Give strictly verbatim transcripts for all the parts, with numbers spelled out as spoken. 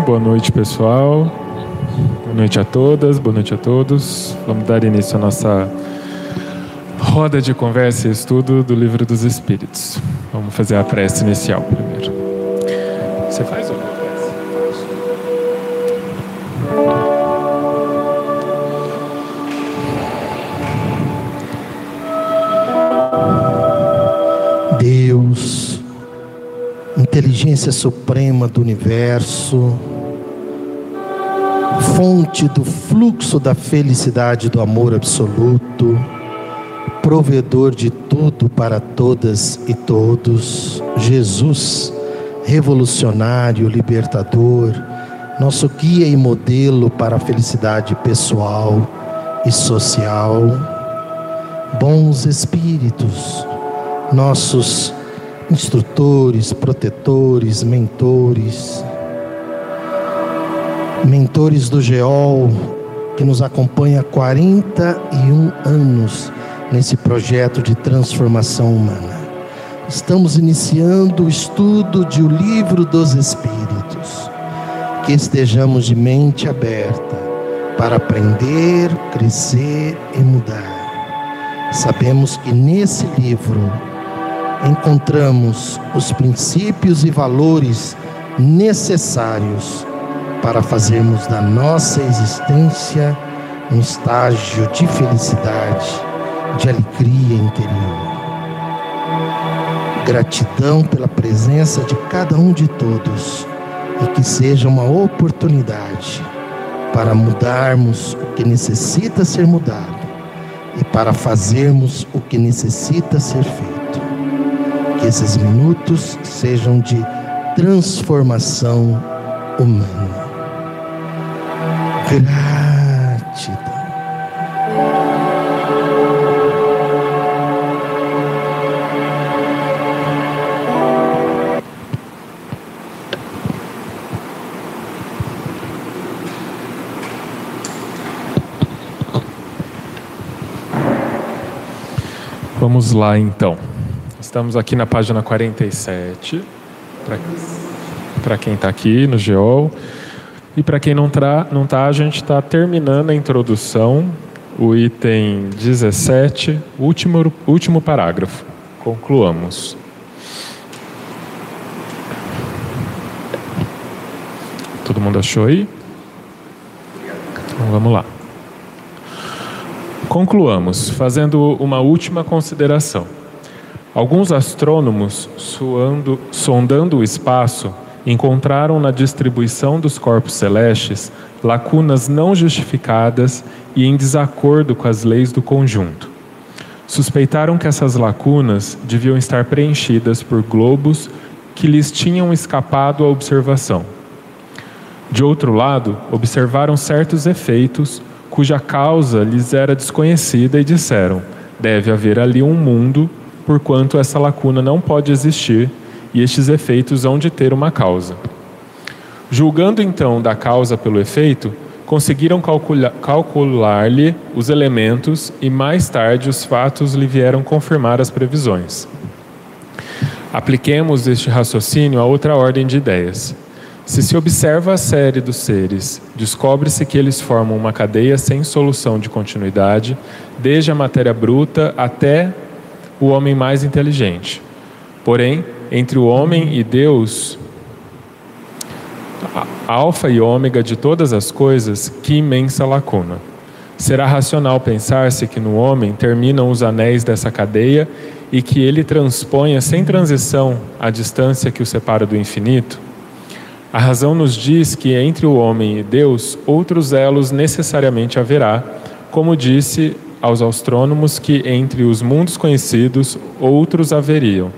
Boa noite, pessoal. Boa noite a todas, boa noite a todos. Vamos dar início à nossa roda de conversa e estudo do Livro dos Espíritos. Vamos fazer a prece inicial primeiro. Você faz ou não faz? Deus, inteligência suprema do universo, fonte do fluxo da felicidade do amor absoluto, provedor de tudo para todas e todos, Jesus, revolucionário, libertador, nosso guia e modelo para a felicidade pessoal e social, bons espíritos, nossos instrutores, protetores, mentores, mentores do GEOL, que nos acompanha há quarenta e um anos nesse projeto de transformação humana. Estamos iniciando o estudo de O Livro dos Espíritos. Que estejamos de mente aberta para aprender, crescer e mudar. Sabemos que nesse livro encontramos os princípios e valores necessários para fazermos da nossa existência um estágio de felicidade, de alegria interior. Gratidão pela presença de cada um de todos e que seja uma oportunidade para mudarmos o que necessita ser mudado e para fazermos o que necessita ser feito. Que esses minutos sejam de transformação humana. Gratidão. Vamos lá, então. Estamos aqui na página quarenta e sete, para quem está aqui no GEOL. E para quem não está, não tá, a gente está terminando a introdução, o item dezessete, último, último parágrafo. Concluamos. Todo mundo achou aí? Então vamos lá. Concluamos, fazendo uma última consideração. Alguns astrônomos, suando, sondando o espaço, encontraram na distribuição dos corpos celestes lacunas não justificadas e em desacordo com as leis do conjunto. Suspeitaram que essas lacunas deviam estar preenchidas por globos que lhes tinham escapado à observação. De outro lado, observaram certos efeitos cuja causa lhes era desconhecida e disseram: deve haver ali um mundo, porquanto essa lacuna não pode existir e estes efeitos hão de ter uma causa. Julgando então da causa pelo efeito, conseguiram calcula- calcular-lhe os elementos e mais tarde os fatos lhe vieram confirmar as previsões. Apliquemos este raciocínio a outra ordem de ideias. Se se observa a série dos seres, descobre-se que eles formam uma cadeia sem solução de continuidade, desde a matéria bruta até o homem mais inteligente. Porém, entre o homem e Deus, alfa e ômega de todas as coisas, que imensa lacuna. Será racional pensar-se que no homem terminam os anéis dessa cadeia e que ele transponha sem transição a distância que o separa do infinito? A razão nos diz que entre o homem e Deus outros elos necessariamente haverá, como disse aos astrônomos que entre os mundos conhecidos outros haveriam.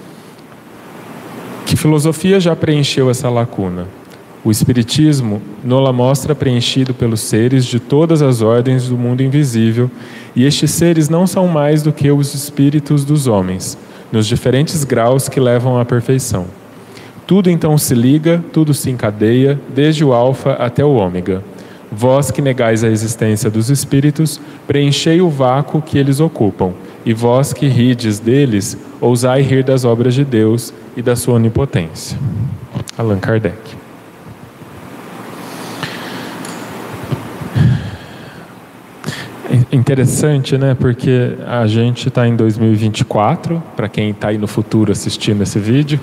Que filosofia já preencheu essa lacuna? O Espiritismo nos mostra preenchido pelos seres de todas as ordens do mundo invisível, e estes seres não são mais do que os espíritos dos homens, nos diferentes graus que levam à perfeição. Tudo então se liga, tudo se encadeia, desde o alfa até o ômega. Vós que negais a existência dos espíritos, preenchei o vácuo que eles ocupam, e vós que rides deles, ousai rir das obras de Deus e da sua onipotência. Allan Kardec. interessante, né? Porque a gente está em dois mil e vinte e quatro, para quem está aí no futuro assistindo esse vídeo.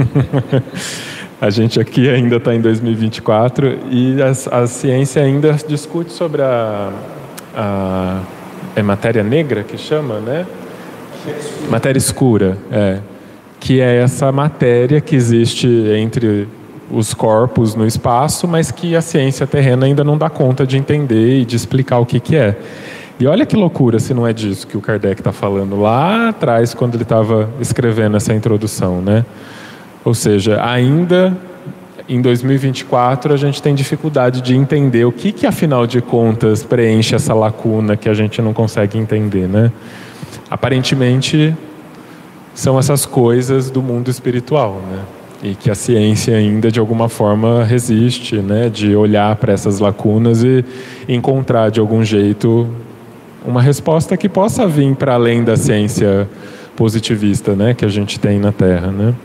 A gente aqui ainda está em dois mil e vinte e quatro e a, a ciência ainda discute sobre a, a é matéria negra que chama, né? Matéria escura, é, que é essa matéria que existe entre os corpos no espaço, mas que a ciência terrena ainda não dá conta de entender e de explicar o que que é. E olha que loucura se não é disso que o Kardec está falando lá atrás, quando ele estava escrevendo essa introdução, né? Ou seja, ainda em dois mil e vinte e quatro a gente tem dificuldade de entender o que que, afinal de contas, preenche essa lacuna que a gente não consegue entender, né? Aparentemente, são essas coisas do mundo espiritual, né? E que a ciência ainda, de alguma forma, resiste, né? De olhar para essas lacunas e encontrar, de algum jeito, uma resposta que possa vir para além da ciência positivista, né? Que a gente tem na Terra, né?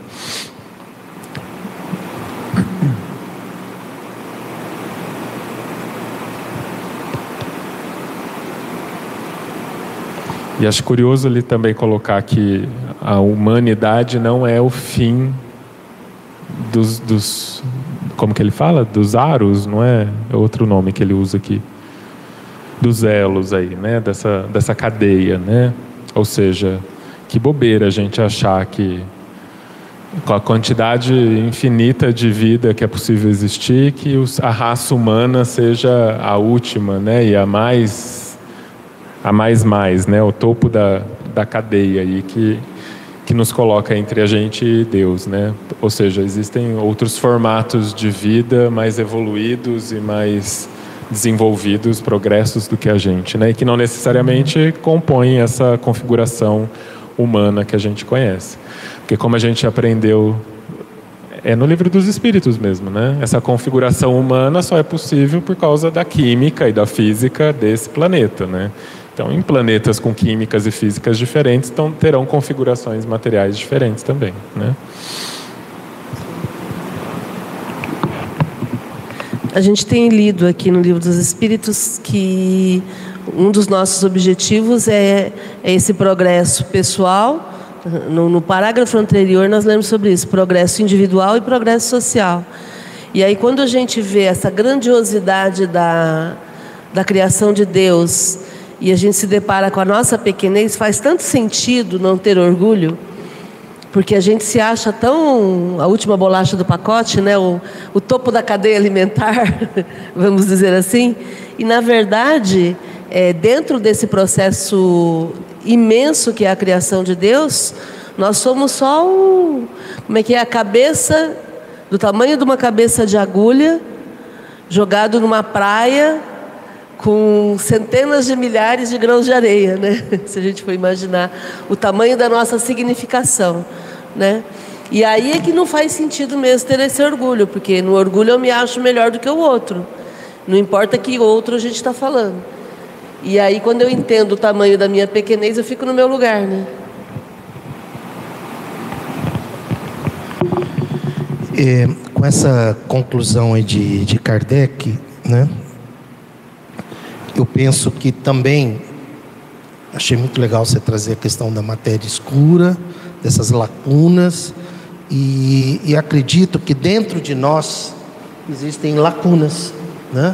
E acho curioso ele também colocar que a humanidade não é o fim dos, dos... Como que ele fala? Dos aros, não é? É outro nome que ele usa aqui. Dos elos aí, né? Dessa, dessa cadeia, né? Ou seja, que bobeira a gente achar que com a quantidade infinita de vida que é possível existir, que os, a raça humana seja a última, né? E a mais... a mais mais, né? O topo da, da cadeia aí que, que nos coloca entre a gente e Deus, né? Ou seja, existem outros formatos de vida mais evoluídos e mais desenvolvidos, progressos do que a gente, né? E que não necessariamente compõem essa configuração humana que a gente conhece. Porque como a gente aprendeu, é no Livro dos Espíritos mesmo, né? Essa configuração humana só é possível por causa da química e da física desse planeta, né? Então, em planetas com químicas e físicas diferentes, então, terão configurações materiais diferentes também, né? A gente tem lido aqui no Livro dos Espíritos que um dos nossos objetivos é, é esse progresso pessoal. No, no parágrafo anterior nós lemos sobre isso, progresso individual e progresso social. E aí quando a gente vê essa grandiosidade da, da criação de Deus e a gente se depara com a nossa pequenez, faz tanto sentido não ter orgulho, porque a gente se acha tão a última bolacha do pacote, né? o, o topo da cadeia alimentar, vamos dizer assim, e na verdade, é, dentro desse processo imenso que é a criação de Deus, nós somos só o, como é que é, a cabeça, do tamanho de uma cabeça de agulha, jogado numa praia, com centenas de milhares de grãos de areia, né? Se a gente for imaginar o tamanho da nossa significação, né? E aí é que não faz sentido mesmo ter esse orgulho, porque no orgulho eu me acho melhor do que o outro, não importa que outro a gente está falando. E aí quando eu entendo o tamanho da minha pequenez, eu fico no meu lugar, né? É, com essa conclusão aí de, de Kardec, né? Eu penso que também, achei muito legal você trazer a questão da matéria escura, dessas lacunas, e, e acredito que dentro de nós existem lacunas, né?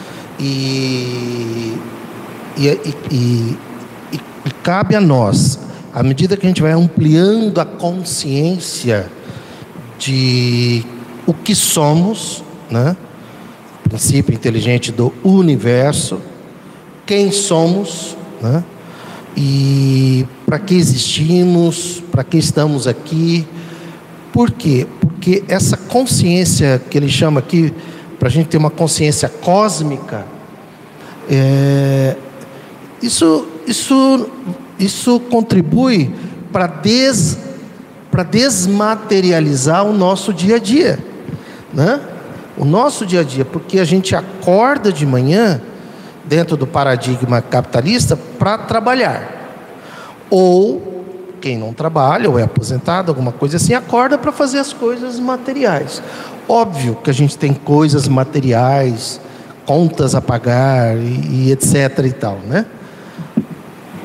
E, e, e, e, e cabe a nós, à medida que a gente vai ampliando a consciência de o que somos, né? Princípio inteligente do universo, quem somos, né? E para que existimos, para que estamos aqui. Por quê? Porque essa consciência que ele chama aqui, para a gente ter uma consciência cósmica, é, isso, isso, isso contribui para des, para desmaterializar o nosso dia a dia, né? O nosso dia a dia, porque a gente acorda de manhã dentro do paradigma capitalista para trabalhar, ou quem não trabalha ou é aposentado, alguma coisa assim, acorda para fazer as coisas materiais. Óbvio que a gente tem coisas materiais, contas a pagar e, e etc e tal, né?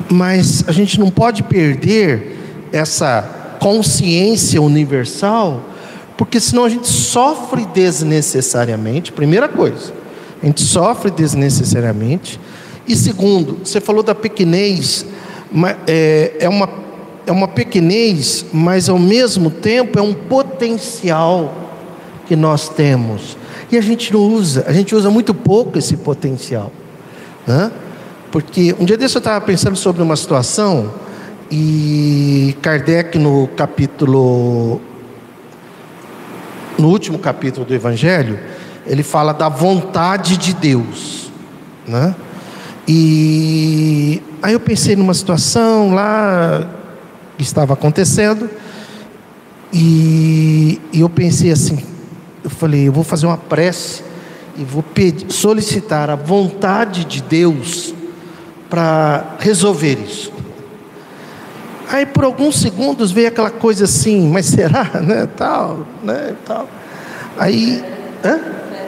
Mas a gente não pode perder essa consciência universal, porque senão a gente sofre desnecessariamente. Primeira coisa, a gente sofre desnecessariamente. E segundo, você falou da pequenez, é, é, uma, é uma pequenez, mas ao mesmo tempo é um potencial que nós temos. E a gente não usa, a gente usa muito pouco esse potencial, né? Porque um dia desse eu estava pensando sobre uma situação, e Kardec no capítulo, no último capítulo do Evangelho, ele fala da vontade de Deus, né? E aí eu pensei numa situação lá que estava acontecendo, e, e eu pensei assim, eu falei, eu vou fazer uma prece e vou pedir, solicitar a vontade de Deus para resolver isso. Aí por alguns segundos veio aquela coisa assim, mas será, né, tal, né, tal. Aí, hã?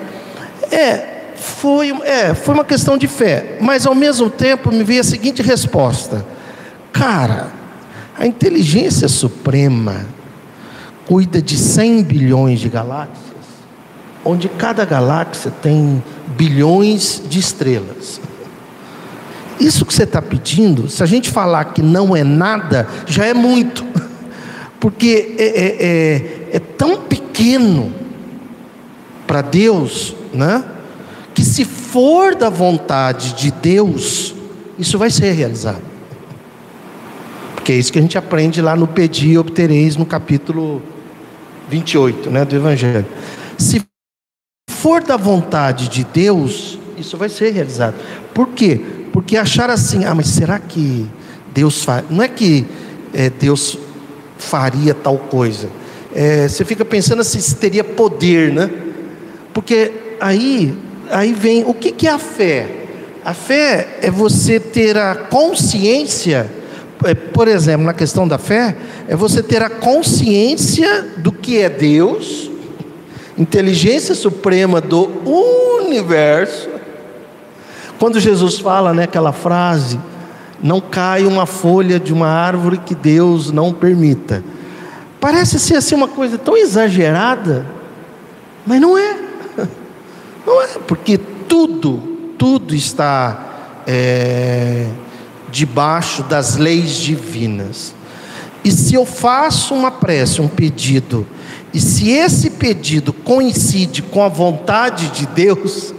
É, foi, é, foi uma questão de fé, mas ao mesmo tempo me veio a seguinte resposta: cara, a inteligência suprema cuida de cem bilhões de galáxias, onde cada galáxia tem bilhões de estrelas. Isso que você está pedindo, se a gente falar que não é nada, já é muito, porque é, é, é, é tão pequeno para Deus, né? Que se for da vontade de Deus, isso vai ser realizado. Porque é isso que a gente aprende lá no Pedi e Obtereis, no capítulo vinte e oito, né, do Evangelho. Se for da vontade de Deus, isso vai ser realizado. Por quê? Porque achar assim, ah, mas será que Deus faz? Não é que é, Deus faria tal coisa. É, você fica pensando assim, se teria poder, né? Porque aí, aí vem, o que, que é a fé? A fé é você ter a consciência, é, por exemplo, na questão da fé, é você ter a consciência do que é Deus, inteligência suprema do universo. Quando Jesus fala, né, aquela frase, não cai uma folha de uma árvore que Deus não permita. Parece ser assim uma coisa tão exagerada, mas não é. Não é, porque tudo, tudo está é, debaixo das leis divinas. E se eu faço uma prece, um pedido, e se esse pedido coincide com a vontade de Deus,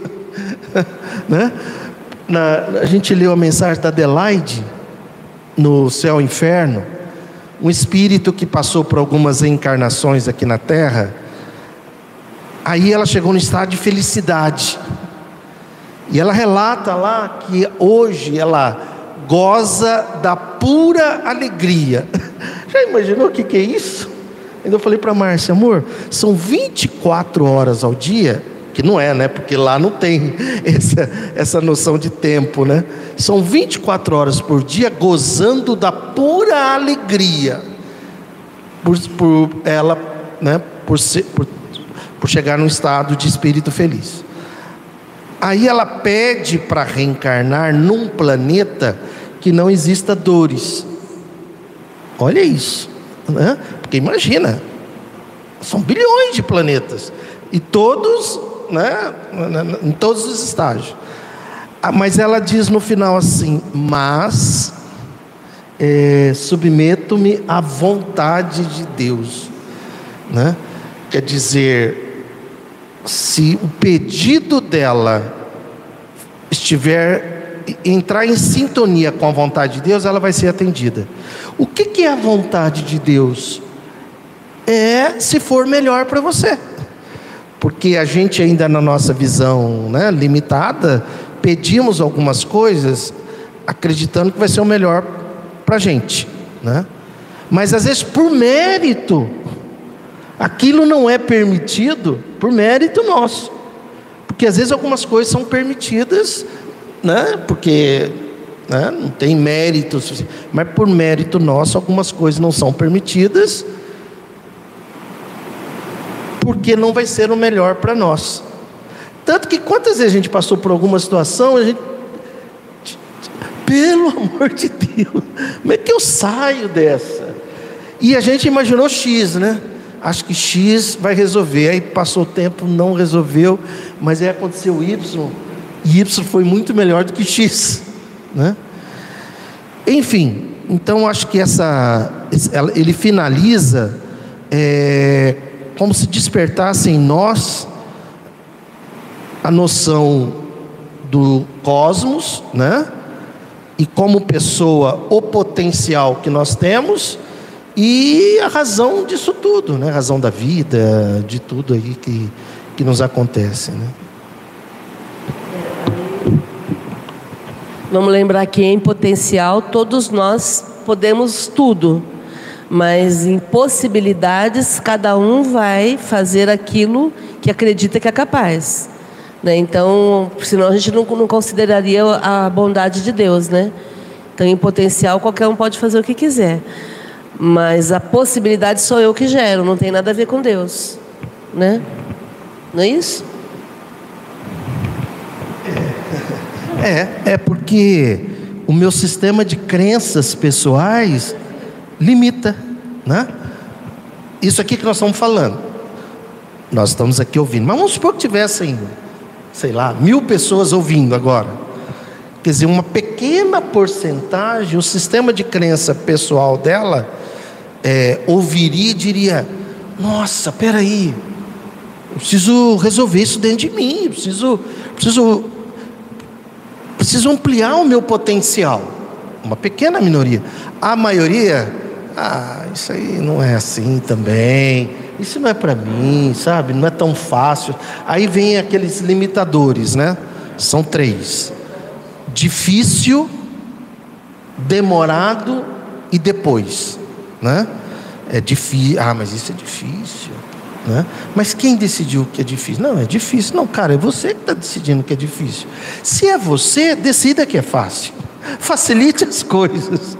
né? Na, a gente leu a mensagem da Adelaide no Céu e Inferno, um espírito que passou por algumas reencarnações aqui na Terra. Aí ela chegou no estado de felicidade, e ela relata lá que hoje ela goza da pura alegria. Já imaginou o que, que é isso? Ainda eu falei para a Márcia, amor, são vinte e quatro horas ao dia, que não é, né? Porque lá não tem essa, essa noção de tempo, né? São vinte e quatro horas por dia gozando da pura alegria, por, por ela, né? Por, ser, por, por chegar num estado de espírito feliz. Aí ela pede para reencarnar num planeta que não exista dores. Olha isso, né? Porque imagina, são bilhões de planetas e todos, né, em todos os estágios. Mas ela diz no final assim: mas é, submeto-me à vontade de Deus, né? Quer dizer, se o pedido dela estiver, entrar em sintonia com a vontade de Deus, ela vai ser atendida. O que, que é a vontade de Deus? É se for melhor para você. Porque a gente ainda, na nossa visão, né, limitada, pedimos algumas coisas acreditando que vai ser o melhor para a gente, né? Mas às vezes por mérito, aquilo não é permitido por mérito nosso. Porque às vezes algumas coisas são permitidas, né, porque, né, não tem mérito suficiente, mas por mérito nosso algumas coisas não são permitidas, porque não vai ser o melhor para nós. Tanto que quantas vezes a gente passou por alguma situação, a gente pelo amor de Deus, como é que eu saio dessa? E a gente imaginou X, né? Acho que X vai resolver. Aí passou o tempo, não resolveu, mas aí aconteceu Y, e Y foi muito melhor do que X, né? Enfim, então acho que essa, ele finaliza é, como se despertasse em nós a noção do cosmos, né? E como pessoa, o potencial que nós temos e a razão disso tudo, né? A razão da vida, de tudo aí que, que nos acontece, né? Vamos lembrar que em potencial todos nós podemos tudo, mas em possibilidades cada um vai fazer aquilo que acredita que é capaz, né? Então, senão a gente não, não consideraria a bondade de Deus, né? Então, em potencial qualquer um pode fazer o que quiser, mas a possibilidade sou eu que gero, não tem nada a ver com Deus, né? Não é isso? É, é porque o meu sistema de crenças pessoais limita, né? Isso aqui que nós estamos falando, nós estamos aqui ouvindo, mas vamos supor que tivessem, sei lá, mil pessoas ouvindo agora. Quer dizer, uma pequena porcentagem, o sistema de crença pessoal dela é, ouviria e diria: nossa, peraí, eu preciso resolver isso dentro de mim, eu preciso, preciso Preciso ampliar o meu potencial. Uma pequena minoria. A maioria, ah, isso aí não é assim também. Isso não é para mim, sabe? Não é tão fácil. Aí vem aqueles limitadores, né? São três: difícil, demorado e depois, né? É difícil. Ah, mas isso é difícil, né? Mas quem decidiu que é difícil? Não, é difícil. Não, cara, é você que está decidindo que é difícil. Se é você, decida que é fácil. Facilite as coisas.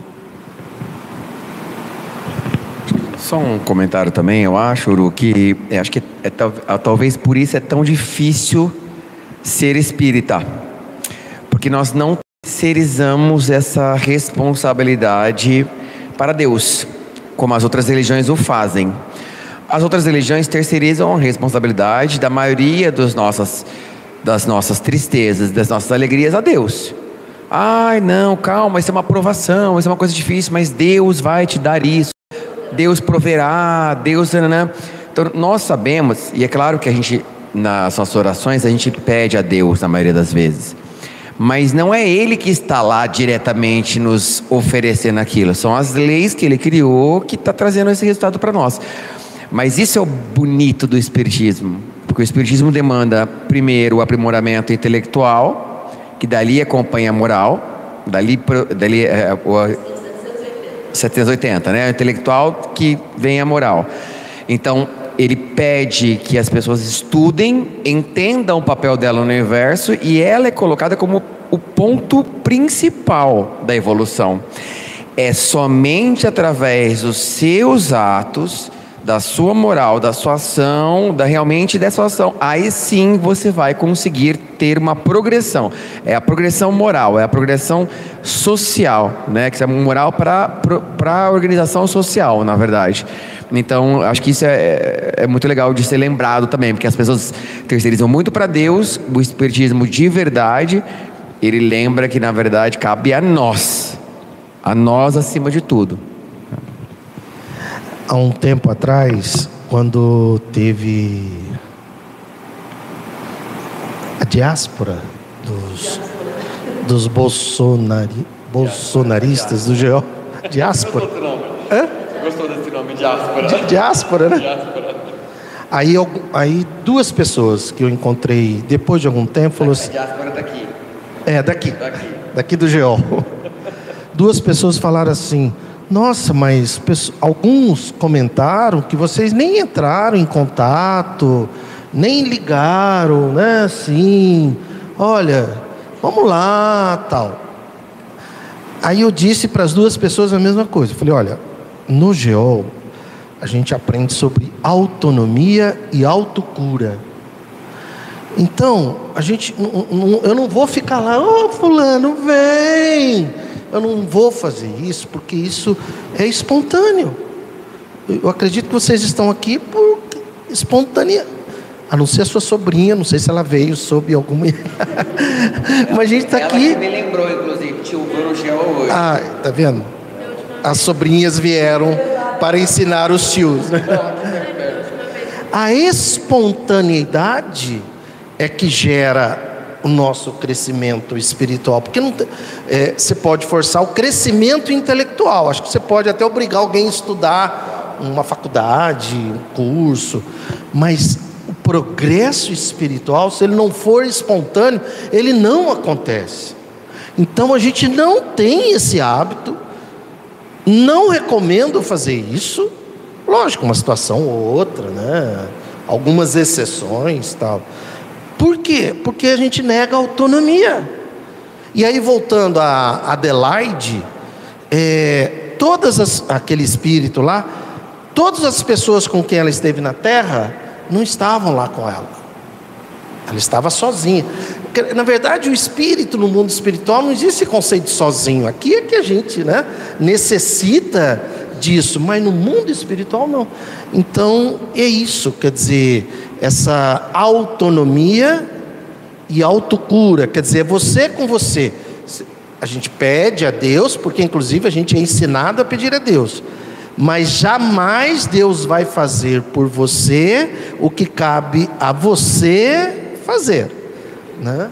Só um comentário também, eu acho, Uru, que é, acho que é, é, talvez por isso é tão difícil ser espírita, porque nós não terceirizamos essa responsabilidade para Deus, como as outras religiões o fazem. As outras religiões terceirizam a responsabilidade da maioria dos nossas, das nossas tristezas, das nossas alegrias a Deus. Ai, não, calma, isso é uma provação, isso é uma coisa difícil, mas Deus vai te dar isso, Deus proverá, Deus... Né? Então, nós sabemos, e é claro que a gente, nas nossas orações, a gente pede a Deus, na maioria das vezes, mas não é Ele que está lá diretamente nos oferecendo aquilo, são as leis que Ele criou que está trazendo esse resultado para nós. Mas isso é o bonito do Espiritismo, porque o Espiritismo demanda primeiro o aprimoramento intelectual, que dali acompanha a moral, dali, dali é, o setecentos e oitenta, né? O intelectual que vem a moral. Então ele pede que as pessoas estudem, entendam o papel dela no universo, e ela é colocada como o ponto principal da evolução. É somente através dos seus atos, da sua moral, da sua ação, da realmente dessa ação, aí sim você vai conseguir ter uma progressão. É a progressão moral, é a progressão social, né? Que é moral para para a organização social, na verdade. Então, acho que isso é, é muito legal de ser lembrado também, porque as pessoas terceirizam muito para Deus. O espiritismo de verdade, ele lembra que na verdade cabe a nós, a nós acima de tudo. Há um tempo atrás, quando teve a diáspora dos, dos bolsonari, bolsonaristas do G O, diáspora. Hã? Você gostou desse nome, diáspora? Di, diáspora, né? Diáspora. Aí, eu, aí duas pessoas que eu encontrei depois de algum tempo falou assim. A diáspora daqui. É, daqui. Daqui. Daqui do G O. Duas pessoas falaram assim: nossa, mas alguns comentaram que vocês nem entraram em contato, nem ligaram, né? Assim, olha, vamos lá, tal. Aí eu disse para as duas pessoas a mesma coisa. Eu falei: olha, no G O a gente aprende sobre autonomia e autocura. Então, a gente, eu não vou ficar lá, ô oh, fulano, vem. Eu não vou fazer isso, porque isso é espontâneo. Eu acredito que vocês estão aqui por espontânea. A não ser a sua sobrinha, não sei se ela veio sob alguma... Mas a gente está aqui... Ela me lembrou, inclusive, tio Bruno chegou hoje. Ah, tá vendo? As sobrinhas vieram para ensinar os tios. A espontaneidade é que gera o nosso crescimento espiritual, porque não tem, é, você pode forçar o crescimento intelectual. Acho que você pode até obrigar alguém a estudar uma faculdade, um curso, mas o progresso espiritual, se ele não for espontâneo, ele não acontece. Então a gente não tem esse hábito, não recomendo fazer isso. Lógico, uma situação ou outra, né? Algumas exceções, tal. Por quê? Porque a gente nega a autonomia. E aí, voltando a Adelaide, é, todas as, aquele espírito lá, todas as pessoas com quem ela esteve na Terra não estavam lá com ela. Ela estava sozinha. Porque, na verdade, o espírito no mundo espiritual não existe esse conceito de sozinho. Aqui é que a gente, né, necessita disso, mas no mundo espiritual não. Então é isso, quer dizer, essa autonomia e autocura, quer dizer, é você com você. A gente pede a Deus, porque inclusive a gente é ensinado a pedir a Deus, mas jamais Deus vai fazer por você o que cabe a você fazer, né?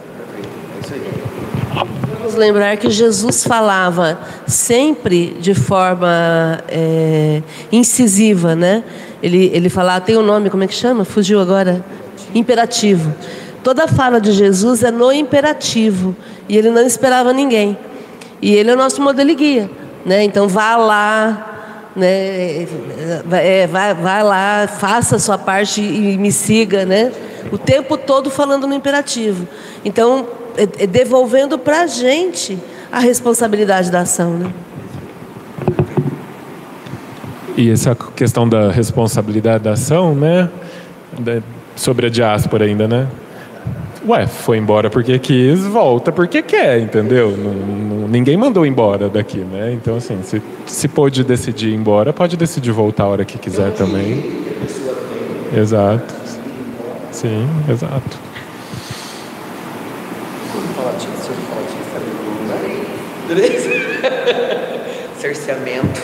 Vamos lembrar que Jesus falava sempre de forma é, incisiva, né? Ele, ele falava, tem um nome, como é que chama? Fugiu agora? Imperativo. Toda fala de Jesus é no imperativo, e ele não esperava ninguém. E ele é o nosso modelo e guia, né? Então vá lá, né? É, vai, vai lá, faça a sua parte e me siga, né? O tempo todo falando no imperativo. Então, é, é devolvendo para a gente a responsabilidade da ação, né? E essa questão da responsabilidade da ação, né? Sobre a diáspora ainda, né? Ué, foi embora porque quis, volta porque quer, entendeu? Não, não, ninguém mandou embora daqui, né? Então, assim, se, se pôde decidir ir embora, pode decidir voltar a hora que quiser também. Exato. Sim, exato. Cerceamento.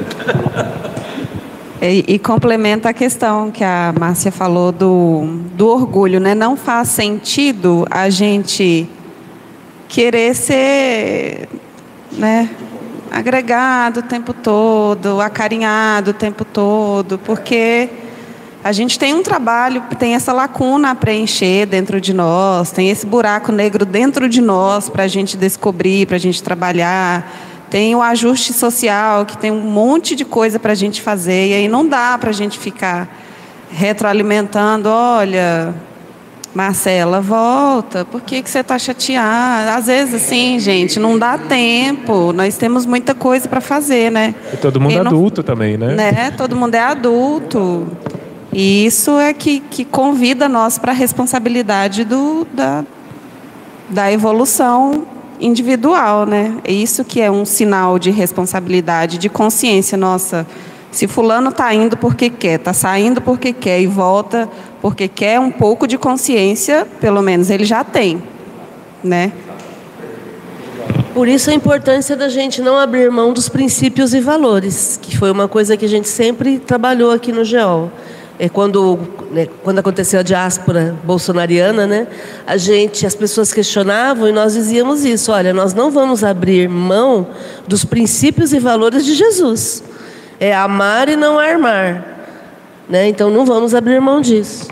E, e complementa a questão que a Márcia falou do, do orgulho, né? Não faz sentido a gente querer ser, né, agregado o tempo todo, acarinhado o tempo todo, porque a gente tem um trabalho, tem essa lacuna a preencher dentro de nós, tem esse buraco negro dentro de nós para a gente descobrir, para a gente trabalhar. Tem o ajuste social, que tem um monte de coisa para a gente fazer, e aí não dá para a gente ficar retroalimentando. Olha, Marcela, volta, por que, que você está chateada? Às vezes, assim, gente, não dá tempo, nós temos muita coisa para fazer, né? E todo mundo é adulto também, né? né? Todo mundo é adulto. E isso é que, que convida nós para a responsabilidade do, da, da evolução individual, né? É isso que é um sinal de responsabilidade, de consciência. Nossa, se fulano está indo porque quer, está saindo porque quer e volta porque quer, um pouco de consciência, pelo menos ele já tem, né? Por isso a importância da gente não abrir mão dos princípios e valores, que foi uma coisa que a gente sempre trabalhou aqui no GEOL. É quando, né, quando aconteceu a diáspora bolsonariana, né, a gente, as pessoas questionavam e nós dizíamos isso: olha, nós não vamos abrir mão dos princípios e valores de Jesus. É amar e não armar, né? Então não vamos abrir mão disso.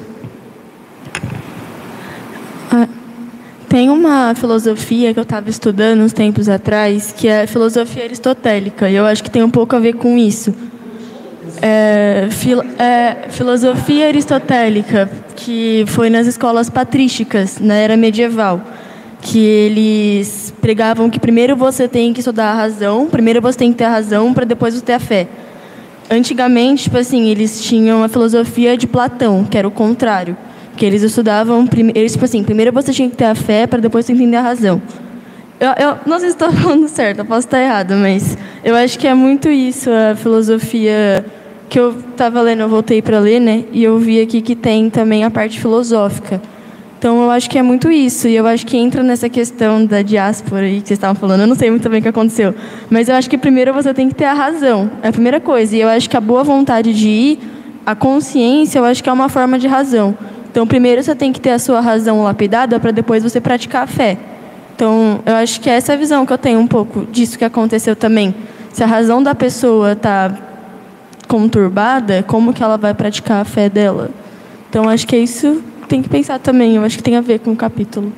Ah, tem uma filosofia que eu estava estudando uns tempos atrás, que é a filosofia aristotélica, e eu acho que tem um pouco a ver com isso. É, fil, é, filosofia aristotélica, que foi nas escolas patrísticas, na era medieval, que eles pregavam que primeiro você tem que estudar a razão, primeiro você tem que ter a razão para depois você ter a fé. Antigamente, tipo assim, eles tinham a filosofia de Platão, que era o contrário, Que eles estudavam, eles, tipo assim, primeiro você tinha que ter a fé para depois você entender a razão. Eu, eu não sei se estou falando certo, eu posso estar errado, mas eu acho que é muito isso, a filosofia que eu estava lendo, eu voltei para ler, né? E eu vi aqui que tem também a parte filosófica. Então, eu acho que é muito isso. E eu acho que entra nessa questão da diáspora aí que vocês estavam falando. Eu não sei muito bem o que aconteceu. Mas eu acho que primeiro você tem que ter a razão. É a primeira coisa. E eu acho que a boa vontade de ir, a consciência, eu acho que é uma forma de razão. Então, primeiro você tem que ter a sua razão lapidada para depois você praticar a fé. Então, eu acho que essa é a visão que eu tenho um pouco disso que aconteceu também. Se a razão da pessoa está conturbada, como que ela vai praticar a fé dela? Então, acho que é isso que tem que pensar também. Eu acho que tem a ver com o capítulo.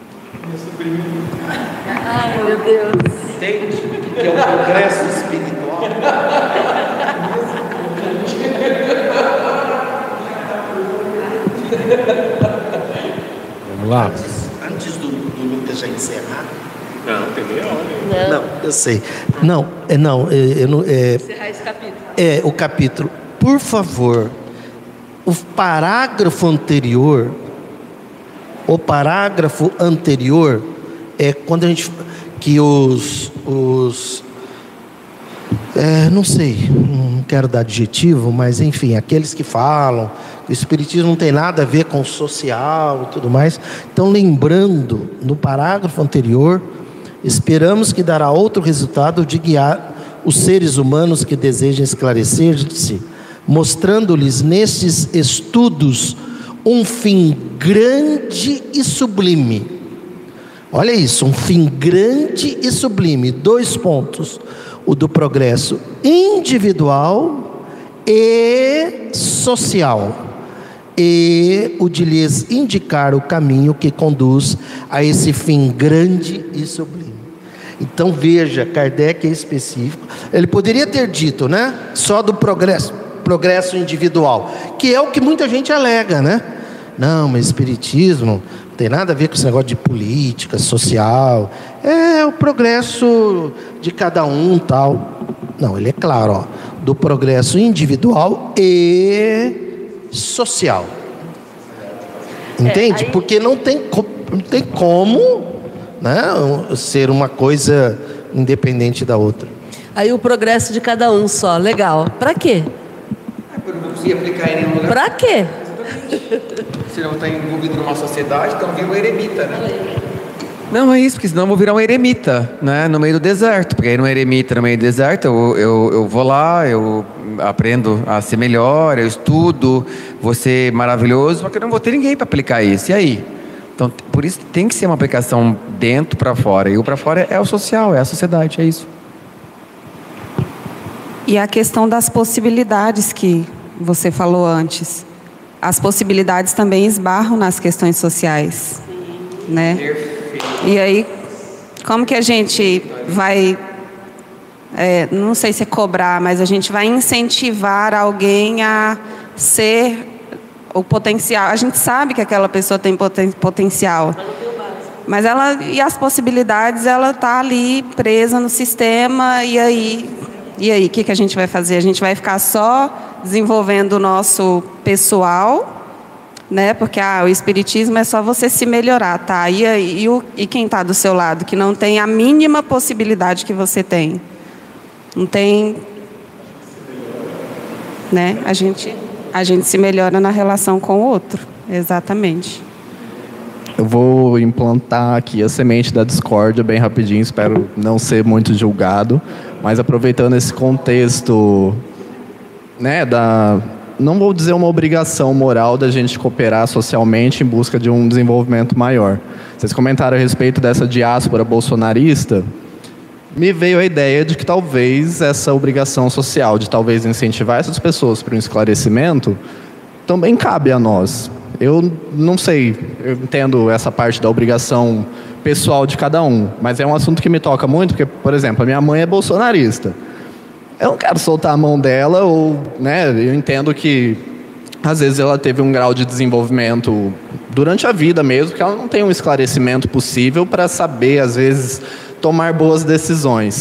Ai, meu Deus. Entende que é um progresso espiritual. Vamos lá. Antes do, do Lucas já encerrar. Não, tem meia hora. Não, eu sei. Não, é, não, é, eu não é, Encerrar esse capítulo. é o capítulo. Por favor, o parágrafo anterior, o parágrafo anterior é quando a gente que os os é, não sei, não quero dar adjetivo, mas enfim, aqueles que falam que o espiritismo não tem nada a ver com o social e tudo mais, então lembrando no parágrafo anterior, esperamos que dará outro resultado de guiar os seres humanos que desejam esclarecer-se, mostrando-lhes nestes estudos um fim grande e sublime. Olha isso, um fim grande e sublime. Dois pontos: o do progresso individual e social, e o de lhes indicar o caminho que conduz a esse fim grande e sublime. Então veja, Kardec é específico. Ele poderia ter dito, né, só do progresso, progresso individual, que é o que muita gente alega, né? Não, mas espiritismo não tem nada a ver com esse negócio de política, social. É o progresso de cada um, tal. Não, ele é claro, ó, do progresso individual e social. Entende? É, aí... Porque não tem, não tem como, né, ser uma coisa independente da outra. Aí o progresso de cada um só, legal. Pra quê? Eu não consegui aplicar em nenhum lugar. Pra quê? Se não está envolvido numa sociedade, então vira um eremita, né? Não, é isso, porque senão eu vou virar um eremita, né? No meio do deserto. Porque aí no eremita, no meio do deserto, eu, eu, eu vou lá, eu aprendo a ser melhor, eu estudo, vou ser maravilhoso, só que eu não vou ter ninguém para aplicar isso. E aí? Então, por isso tem que ser uma aplicação dentro para fora. E o para fora é o social, é a sociedade, é isso. E a questão das possibilidades que você falou antes. As possibilidades também esbarram nas questões sociais, né? E aí, como que a gente vai, é, não sei se é cobrar, mas a gente vai incentivar alguém a ser o potencial? A gente sabe que aquela pessoa tem poten potencial, mas ela, e as possibilidades, ela está ali presa no sistema, e aí, e aí, o que que a gente vai fazer? A gente vai ficar só desenvolvendo o nosso pessoal, né? Porque ah, o espiritismo é só você se melhorar, tá? E, e, o, e quem está do seu lado, que não tem a mínima possibilidade que você tem? Não tem, né? A gente, a gente se melhora na relação com o outro, exatamente. Eu vou implantar aqui a semente da discórdia bem rapidinho, espero não ser muito julgado, mas aproveitando esse contexto, né, da, não vou dizer uma obrigação moral da gente cooperar socialmente em busca de um desenvolvimento maior. Vocês comentaram a respeito dessa diáspora bolsonarista, me veio a ideia de que talvez essa obrigação social, de talvez incentivar essas pessoas para um esclarecimento, também cabe a nós. Eu não sei, eu entendo essa parte da obrigação pessoal de cada um, mas é um assunto que me toca muito, porque, por exemplo, a minha mãe é bolsonarista. Eu não quero soltar a mão dela, ou, né, eu entendo que às vezes ela teve um grau de desenvolvimento durante a vida mesmo, que ela não tem um esclarecimento possível para saber, às vezes, tomar boas decisões.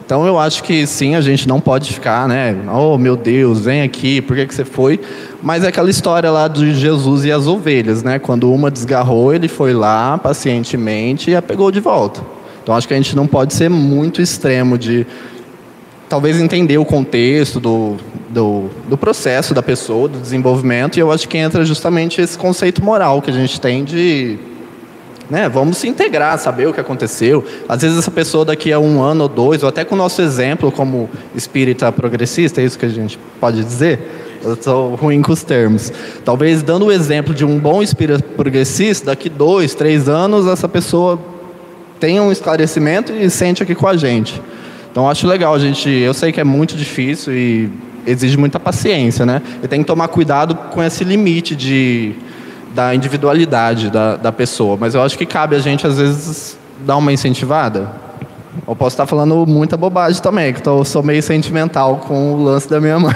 Então eu acho que sim, a gente não pode ficar, né? Oh, meu Deus, vem aqui, por que que você foi? Mas é aquela história lá de Jesus e as ovelhas, né? Quando uma desgarrou, ele foi lá pacientemente e a pegou de volta. Então acho que a gente não pode ser muito extremo de talvez entender o contexto do, do, do processo da pessoa, do desenvolvimento, e eu acho que entra justamente esse conceito moral que a gente tem de, né, vamos se integrar, saber o que aconteceu. Às vezes essa pessoa daqui a um ano ou dois, ou até com o nosso exemplo como espírita progressista, é isso que a gente pode dizer? Eu estou ruim com os termos. Talvez dando o exemplo de um bom espírita progressista, daqui dois, três anos, essa pessoa tenha um esclarecimento e sente aqui com a gente. Então acho legal, a gente, eu sei que é muito difícil e exige muita paciência, né? E tem que tomar cuidado com esse limite de, da individualidade da, da pessoa. Mas eu acho que cabe a gente, às vezes, dar uma incentivada. Eu posso estar falando muita bobagem também, que eu sou meio sentimental com o lance da minha mãe.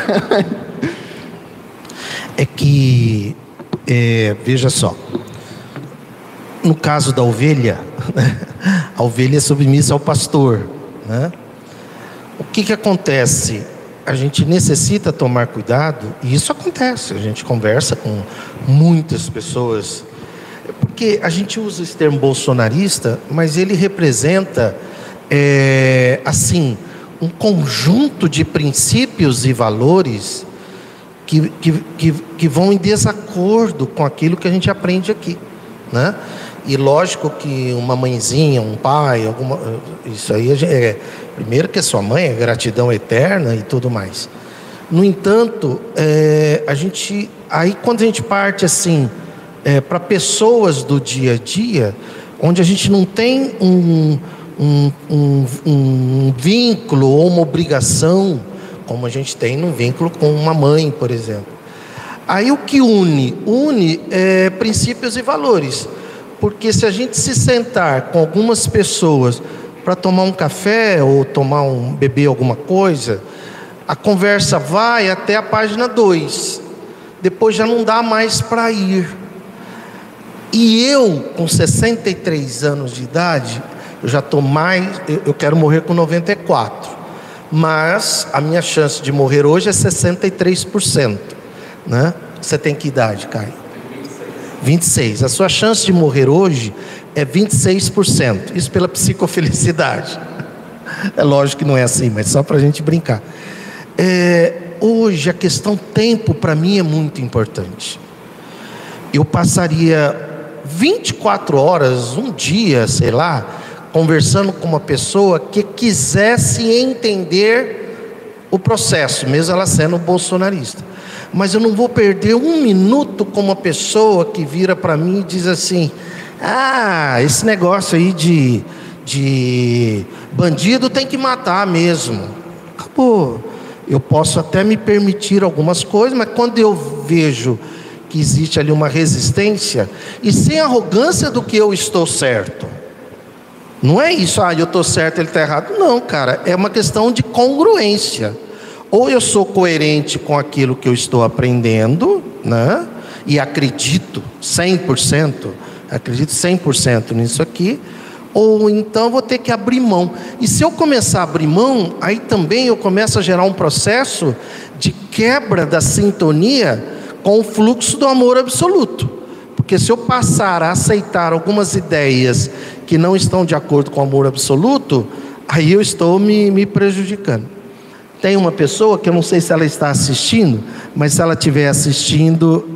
É que, é, veja só, no caso da ovelha, a ovelha é submissa ao pastor, né? O que que acontece? A gente necessita tomar cuidado, e isso acontece, a gente conversa com muitas pessoas, porque a gente usa esse termo bolsonarista, mas ele representa, é, assim, um conjunto de princípios e valores que, que, que, que vão em desacordo com aquilo que a gente aprende aqui, né? E lógico que uma mãezinha, um pai, alguma, isso aí é, primeiro que é sua mãe, é gratidão eterna e tudo mais. No entanto, é, a gente, aí quando a gente parte assim, é, para pessoas do dia a dia, onde a gente não tem um, um, um, um vínculo ou uma obrigação, como a gente tem num vínculo com uma mãe, por exemplo. Aí o que une? Une é, princípios e valores. Porque se a gente se sentar com algumas pessoas para tomar um café ou tomar um beber alguma coisa, a conversa vai até a página dois. Depois já não dá mais para ir. E eu, com sessenta e três anos de idade, eu já estou mais, eu, eu quero morrer com noventa e quatro. Mas a minha chance de morrer hoje é sessenta e três por cento, né? Você tem que idade, Caio? vinte e seis. A sua chance de morrer hoje é vinte e seis por cento. Isso pela psicofelicidade. É lógico que não é assim, mas só para a gente brincar. É, hoje a questão tempo para mim é muito importante. Eu passaria vinte e quatro horas, um dia, sei lá, conversando com uma pessoa que quisesse entender o processo, mesmo ela sendo bolsonarista. Mas eu não vou perder um minuto com uma pessoa que vira para mim e diz assim: ah, esse negócio aí de, de bandido tem que matar mesmo. Acabou. Eu posso até me permitir algumas coisas, mas quando eu vejo que existe ali uma resistência, e sem arrogância do que eu estou certo. Não é isso, ah, eu estou certo, ele está errado. Não, cara, é uma questão de congruência. Ou eu sou coerente com aquilo que eu estou aprendendo, né? E acredito cem por cento, acredito cem por cento nisso aqui, ou então vou ter que abrir mão. E se eu começar a abrir mão, aí também eu começo a gerar um processo de quebra da sintonia com o fluxo do amor absoluto. Porque se eu passar a aceitar algumas ideias que não estão de acordo com o amor absoluto, aí eu estou me, me prejudicando. Tem uma pessoa que eu não sei se ela está assistindo, mas se ela estiver assistindo,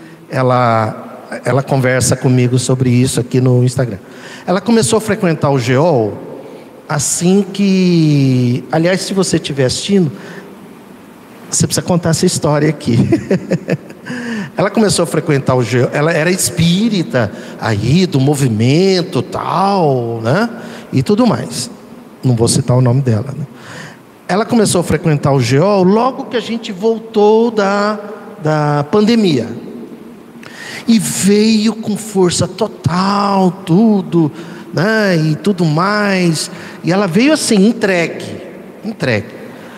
ela, ela conversa comigo sobre isso aqui no Instagram. Ela começou a frequentar o Geol assim que... Aliás, se você estiver assistindo, você precisa contar essa história aqui. Ela começou a frequentar o Geol, ela era espírita, aí do movimento tal, né? E tudo mais. Não vou citar o nome dela, né? Ela começou a frequentar o Geol logo que a gente voltou da, da pandemia. E veio com força total, tudo, né? E tudo mais. E ela veio assim, entregue, entregue.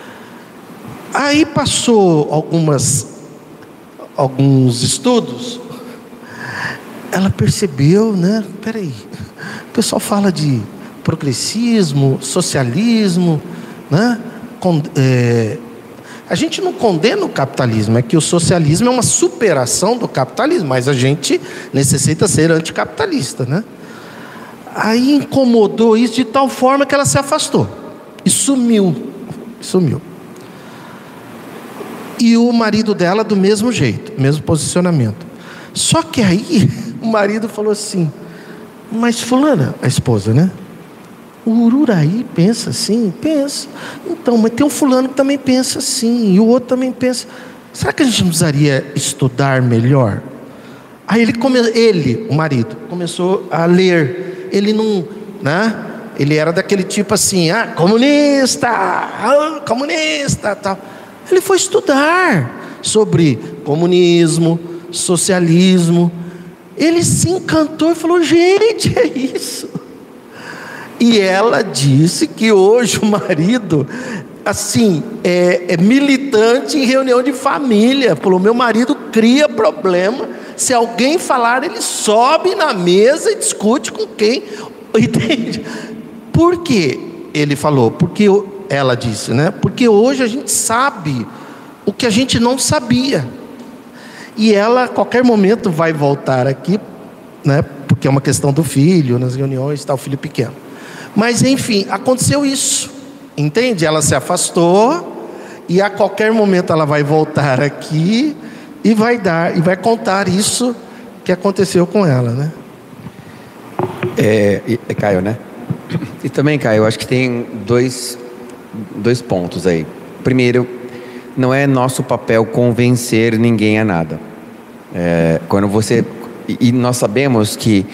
Aí passou algumas, alguns estudos. Ela percebeu, né? Peraí, o pessoal fala de progressismo, socialismo, né? Com, é, a gente não condena o capitalismo, é que o socialismo é uma superação do capitalismo, mas a gente necessita ser anticapitalista, né? Aí incomodou isso de tal forma que ela se afastou e sumiu, sumiu. E o marido dela do mesmo jeito, mesmo posicionamento. Só que aí o marido falou assim: mas fulana, a esposa, né? O Ururaí pensa assim, pensa. Então, mas tem um fulano que também pensa assim, e o outro também pensa. Será que a gente não precisaria estudar melhor? Aí ele, come... ele, o marido, começou a ler. Ele não, né? Ele era daquele tipo assim, ah, comunista, ah, comunista, tal. Ele foi estudar sobre comunismo, socialismo. Ele se encantou e falou: gente, é isso. E ela disse que hoje o marido, assim, é, é militante em reunião de família. Falou: meu marido cria problema. Se alguém falar, ele sobe na mesa e discute com quem. Entende? Por quê? Ele falou, porque ela disse, né? Porque hoje a gente sabe o que a gente não sabia. E ela, a qualquer momento, vai voltar aqui, né? Porque é uma questão do filho, nas reuniões, está o filho pequeno. Mas, enfim, aconteceu isso. Entende? Ela se afastou e a qualquer momento ela vai voltar aqui e vai dar, e vai contar isso que aconteceu com ela, né? É, é Caio, né? E também, Caio, eu acho que tem dois, dois pontos aí. Primeiro, não é nosso papel convencer ninguém a nada. É, quando você... E, e nós sabemos que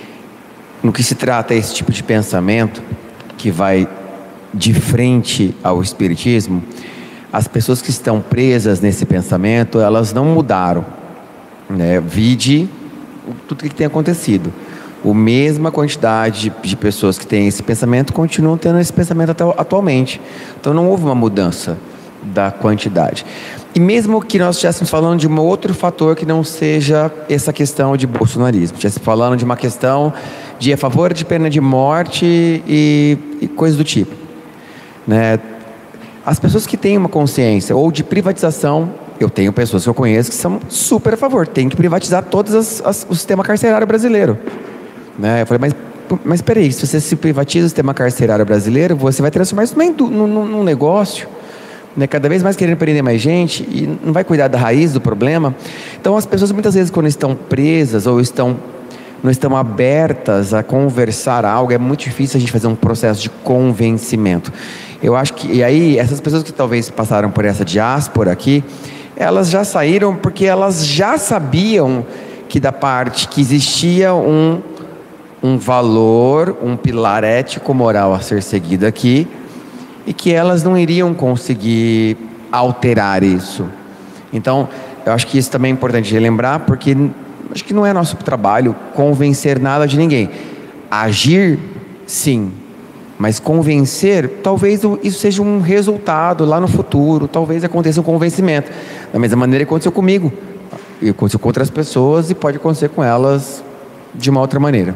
no que se trata esse tipo de pensamento, que vai de frente ao espiritismo, as pessoas que estão presas nesse pensamento, elas não mudaram, né? Vide tudo o que tem acontecido. A mesma quantidade de, de pessoas que têm esse pensamento continuam tendo esse pensamento até, atualmente. Então não houve uma mudança da quantidade. E mesmo que nós estivéssemos falando de um outro fator que não seja essa questão de bolsonarismo, estivéssemos falando de uma questão de a favor de pena de morte e, e coisas do tipo, né? As pessoas que têm uma consciência ou de privatização, eu tenho pessoas que eu conheço que são super a favor, tem que privatizar todo as, as, o sistema carcerário brasileiro, né? Eu falei, mas, mas peraí, se você se privatiza o sistema carcerário brasileiro, você vai transformar isso num, num, num negócio, né? Cada vez mais querendo prender mais gente e não vai cuidar da raiz do problema. Então as pessoas muitas vezes, quando estão presas ou estão, não estão abertas a conversar algo, é muito difícil a gente fazer um processo de convencimento. Eu acho que, e aí, essas pessoas que talvez passaram por essa diáspora aqui, elas já saíram porque elas já sabiam que da parte que existia um, um valor, um pilar ético-moral a ser seguido aqui, e que elas não iriam conseguir alterar isso. Então, eu acho que isso também é importante relembrar, porque acho que não é nosso trabalho convencer nada de ninguém. Agir, sim. Mas convencer, talvez isso seja um resultado lá no futuro, talvez aconteça um convencimento. Da mesma maneira que aconteceu comigo, e aconteceu com outras pessoas e pode acontecer com elas de uma outra maneira.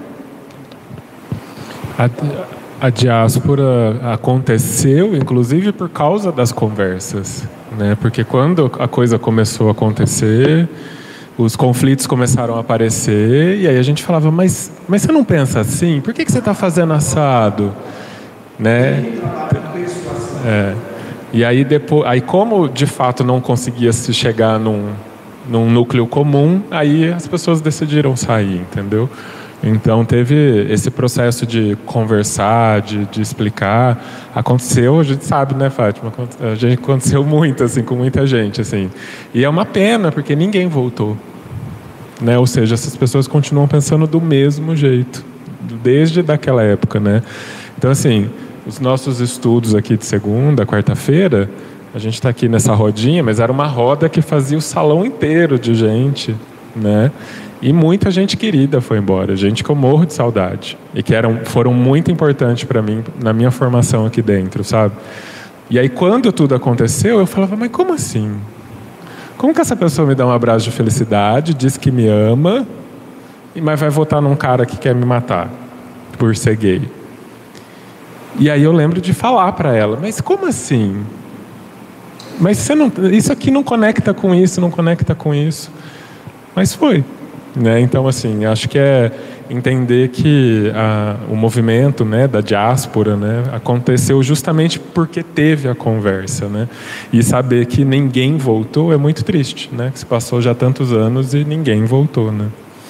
A, a diáspora aconteceu, inclusive, por causa das conversas, né? Porque quando a coisa começou a acontecer, os conflitos começaram a aparecer, e aí a gente falava, mas, mas você não pensa assim? Por que, que você está fazendo assado? Né? É. E aí depois, aí como de fato não conseguia se chegar num, num núcleo comum, aí as pessoas decidiram sair, entendeu? Então teve esse processo de conversar, de, de explicar, aconteceu, a gente sabe, né, Fátima? A gente aconteceu muito, assim, com muita gente, assim. E é uma pena, porque ninguém voltou, né? Ou seja, essas pessoas continuam pensando do mesmo jeito, desde daquela época, né? Então, assim, os nossos estudos aqui de segunda, quarta-feira, a gente está aqui nessa rodinha, mas era uma roda que fazia o salão inteiro de gente, né? E muita gente querida foi embora, gente que eu morro de saudade e que eram, foram muito importantes para mim na minha formação aqui dentro, sabe? E aí, quando tudo aconteceu, eu falava, mas como assim? Como que essa pessoa me dá um abraço de felicidade, diz que me ama, mas vai votar num cara que quer me matar por ser gay? E aí eu lembro de falar para ela, mas como assim? Mas você não, isso aqui não conecta com isso, não conecta com isso. Mas foi. Né? Então, assim, acho que é entender que a, o movimento, né, da diáspora, né, aconteceu justamente porque teve a conversa. Né? E saber que ninguém voltou é muito triste, né? Que se passou já tantos anos e ninguém voltou. Né?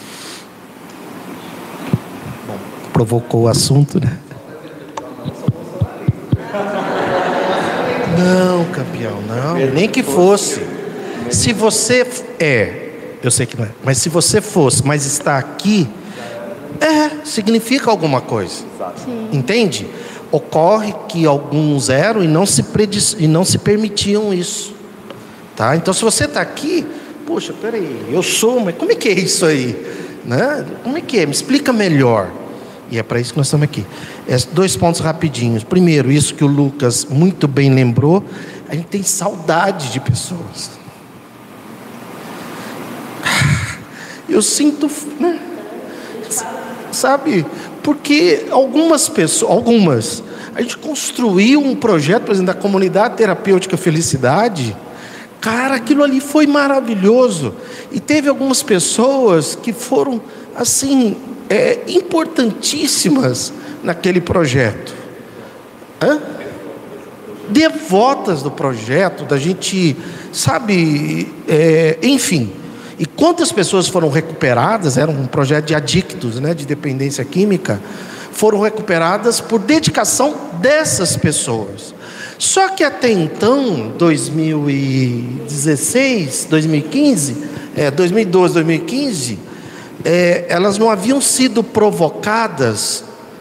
Bom, provocou o assunto, né? Não, campeão, não. Nem que fosse. Se você é, eu sei que não é, mas se você fosse, mas está aqui, é, significa alguma coisa. Sim. Entende? Ocorre que alguns eram e não se, predis, e não se permitiam isso. Tá? Então, se você está aqui, poxa, peraí, eu sou, mas como é que é isso aí? Né? Como é que é? Me explica melhor. E é para isso que nós estamos aqui. É, dois pontos rapidinhos. Primeiro, isso que o Lucas muito bem lembrou, a gente tem saudade de pessoas. Eu sinto, né? Sabe, porque algumas pessoas, algumas, a gente construiu um projeto, por exemplo, da Comunidade Terapêutica Felicidade. Cara, aquilo ali foi maravilhoso. E teve algumas pessoas que foram, assim, é, importantíssimas naquele projeto. Hã? Devotas do projeto, da gente, sabe, é, enfim. E quantas pessoas foram recuperadas, era um projeto de adictos, né, de dependência química, foram recuperadas por dedicação dessas pessoas. Só que até então, dois mil e dezesseis, dois mil e quinze, é, dois mil e doze, dois mil e quinze, é, elas não haviam sido provocadas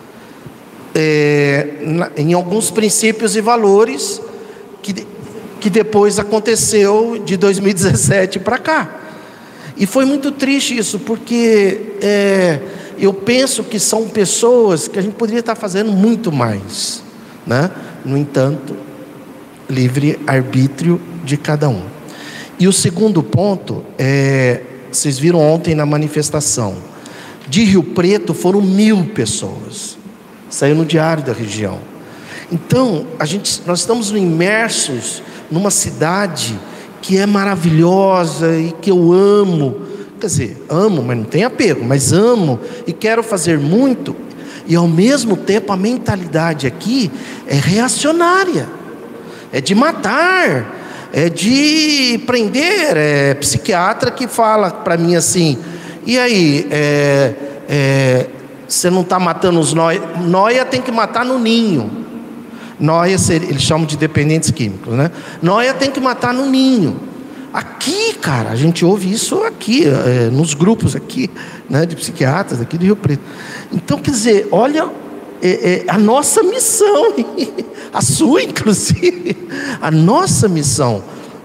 é, na, em alguns princípios e valores que, que depois aconteceu de dois mil e dezessete para cá. E foi muito triste isso, porque é, eu penso que são pessoas que a gente poderia estar fazendo muito mais, né? No entanto, livre arbítrio de cada um. E o segundo ponto é, vocês viram ontem na manifestação, de Rio Preto foram mil pessoas, saiu no diário da região. Então, a gente, nós estamos imersos numa cidade que é maravilhosa e que eu amo, quer dizer, amo, mas não tenho apego, mas amo e quero fazer muito, e ao mesmo tempo a mentalidade aqui é reacionária, é de matar, é de prender, é psiquiatra que fala para mim assim, e aí, é, é, você não está matando os nóia, nóia tem que matar no ninho. Nóia, eles chamam de dependentes químicos, né? Nóia tem que matar no ninho. Aqui, cara, a gente ouve isso aqui, é, nos grupos aqui, né, de psiquiatras aqui de Rio Preto. Então, quer dizer, olha é, é, a nossa missão, a sua inclusive, a nossa missão,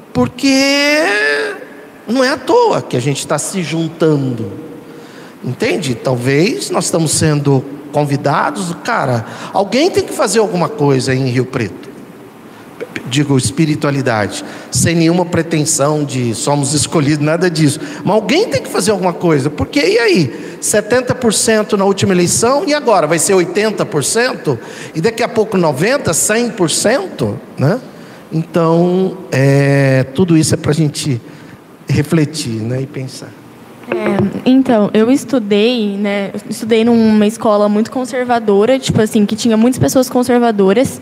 porque não é à toa que a gente está se juntando, entende? Talvez nós estamos sendo convidados, cara, alguém tem que fazer alguma coisa em Rio Preto, digo espiritualidade, sem nenhuma pretensão de somos escolhidos, nada disso, mas alguém tem que fazer alguma coisa, porque e aí, setenta por cento na última eleição, e agora vai ser oitenta por cento, e daqui a pouco noventa por cento, cem por cento, né? Então, é, tudo isso é para a gente refletir, né, e pensar. É, então, eu estudei, né, eu estudei numa escola muito conservadora, tipo assim, que tinha muitas pessoas conservadoras,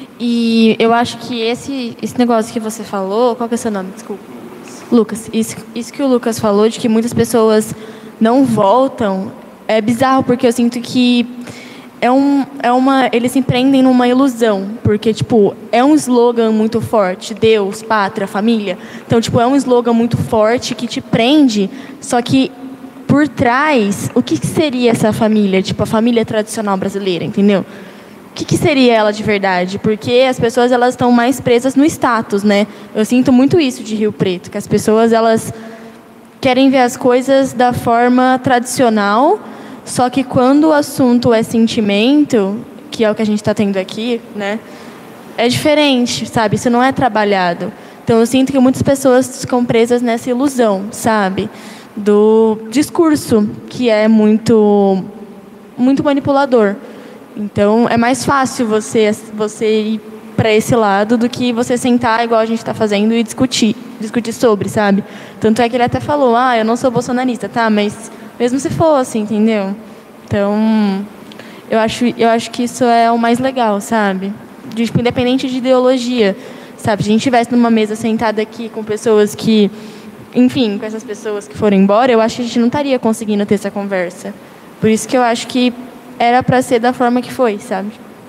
e eu acho que esse, esse negócio que você falou, qual que é o seu nome? Desculpa. Lucas, isso, isso que o Lucas falou, de que muitas pessoas não voltam, é bizarro, porque eu sinto que é um, é uma, eles se prendem numa ilusão, porque, tipo, é um slogan muito forte, Deus, pátria, família. Então, tipo, é um slogan muito forte que te prende, só que por trás, o que seria essa família? Tipo, a família tradicional brasileira, entendeu? O que, que seria ela de verdade? Porque as pessoas, elas estão mais presas no status, né? Eu sinto muito isso de Rio Preto, que as pessoas, elas querem ver as coisas da forma tradicional. Só que quando o assunto é sentimento, que é o que a gente está tendo aqui, né, é diferente, sabe? Isso não é trabalhado. Então, eu sinto que muitas pessoas ficam presas nessa ilusão, sabe? Do discurso, que é muito, muito manipulador. Então, é mais fácil você, você ir para esse lado do que você sentar igual a gente está fazendo e discutir, discutir sobre, sabe? Tanto é que ele até falou, ah, eu não sou bolsonarista, tá? Mas mesmo se fosse, entendeu? Então, eu acho, eu acho que isso é o mais legal, sabe? De, tipo, independente de ideologia, sabe? Se a gente estivesse numa mesa sentada aqui com pessoas que, enfim, com essas pessoas que foram embora, eu acho que a gente não estaria conseguindo ter essa conversa. Por isso que eu acho que era para ser da forma que foi, sabe?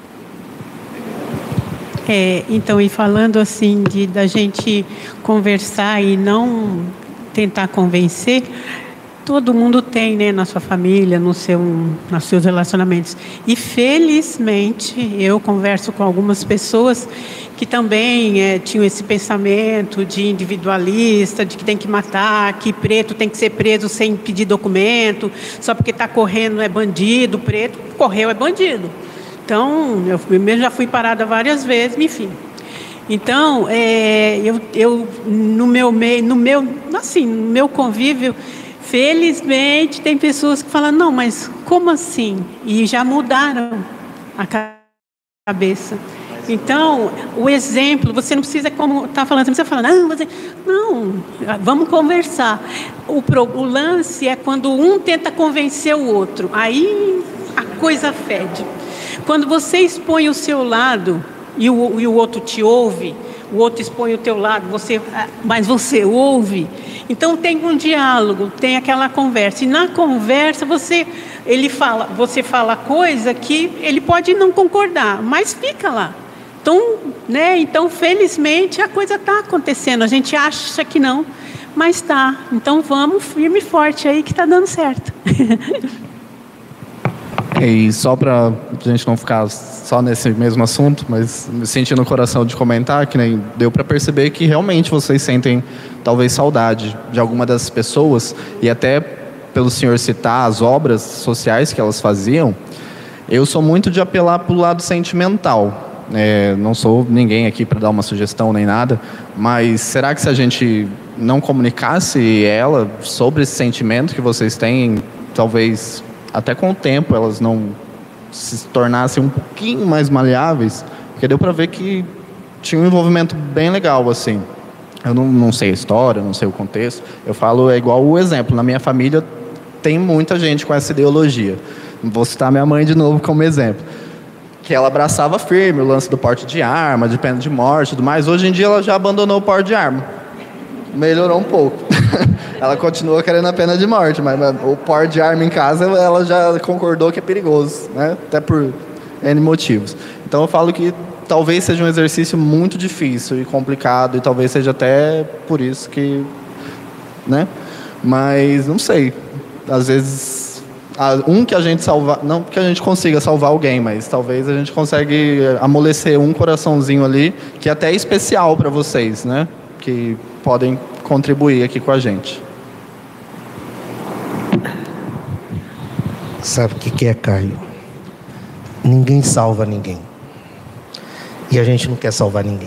É, então, e falando assim, de, da gente conversar e não tentar convencer, todo mundo tem, né, na sua família, no seu, nos seus relacionamentos. E, felizmente, eu converso com algumas pessoas que também é, tinham esse pensamento de individualista, de que tem que matar, que preto tem que ser preso sem pedir documento, só porque está correndo é bandido, preto correu é bandido. Então, eu mesmo já fui parada várias vezes, enfim. Então, é, eu, eu no meu meio, no meu, assim, no meu convívio, felizmente tem pessoas que falam, não, mas como assim? E já mudaram a cabeça. Então, o exemplo, você não precisa, como está falando, você não precisa falar, não, você, não, vamos conversar. O, pro, o lance é quando um tenta convencer o outro, aí a coisa fede. Quando você expõe o seu lado e o, e o outro te ouve, o outro expõe o teu lado, você, mas você ouve, então tem um diálogo, tem aquela conversa. E na conversa você, ele fala, você fala coisa que ele pode não concordar, mas fica lá. Então, né, então felizmente a coisa está acontecendo. A gente acha que não, mas está. Então vamos firme e forte aí que está dando certo. E só para a gente não ficar só nesse mesmo assunto, mas me senti no coração de comentar, que nem deu para perceber que realmente vocês sentem talvez saudade de alguma das pessoas, e até pelo senhor citar as obras sociais que elas faziam, eu sou muito de apelar para o lado sentimental. É, não sou ninguém aqui para dar uma sugestão nem nada, mas será que se a gente não comunicasse ela sobre esse sentimento que vocês têm, talvez até com o tempo elas não se tornassem um pouquinho mais maleáveis? Porque deu para ver que tinha um envolvimento bem legal, assim. Eu não, não sei a história, não sei o contexto. Eu falo, é igual o exemplo. Na minha família tem muita gente com essa ideologia. Vou citar minha mãe de novo como exemplo. Que ela abraçava firme o lance do porte de arma, de pena de morte e tudo mais. Hoje em dia ela já abandonou o porte de arma. Melhorou um pouco. Ela continua querendo a pena de morte, mas o porte de arma em casa ela já concordou que é perigoso, né? Até por N motivos. Então eu falo que talvez seja um exercício muito difícil e complicado, e talvez seja até por isso que, né? Mas não sei. Às vezes, um que a gente salvar, não que a gente consiga salvar alguém, mas talvez a gente consegue amolecer um coraçãozinho ali que até é especial para vocês, né? Que podem contribuir aqui com a gente. Sabe o que é, Caio? Ninguém salva ninguém. E a gente não quer salvar ninguém.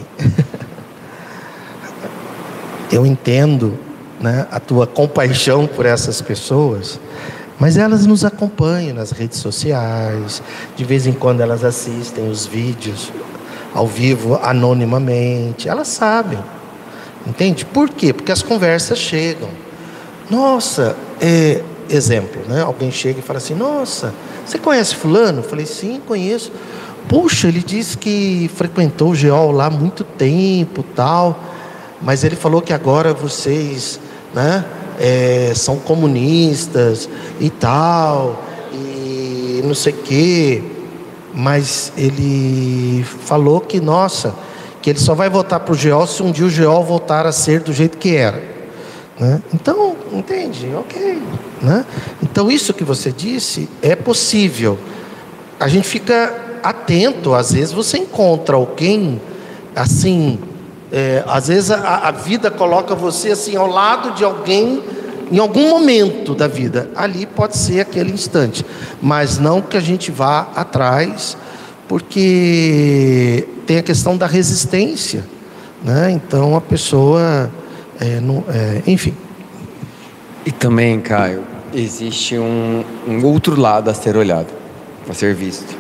Eu entendo, né, a tua compaixão por essas pessoas, mas elas nos acompanham nas redes sociais. De vez em quando elas assistem os vídeos ao vivo, anonimamente. Elas sabem. Entende? Por quê? Porque as conversas chegam. Nossa, é, exemplo, né? Alguém chega e fala assim, nossa, você conhece fulano? Eu falei, sim, conheço. Puxa, ele disse que frequentou o GEOL lá há muito tempo, tal, mas ele falou que agora vocês, né, é, são comunistas e tal, e não sei o quê. Mas ele falou que, nossa, que ele só vai voltar para o GEOL se um dia o GEOL voltar a ser do jeito que era, né? Então, entende? Ok, né? Então isso que você disse é possível. A gente fica atento. Às vezes você encontra alguém assim, é, às vezes a, a vida coloca você assim ao lado de alguém em algum momento da vida. Ali pode ser aquele instante, mas não que a gente vá atrás, porque tem a questão da resistência, né? Então a pessoa, é, não, é, enfim. E também, Caio, existe um, um outro lado a ser olhado, a ser visto.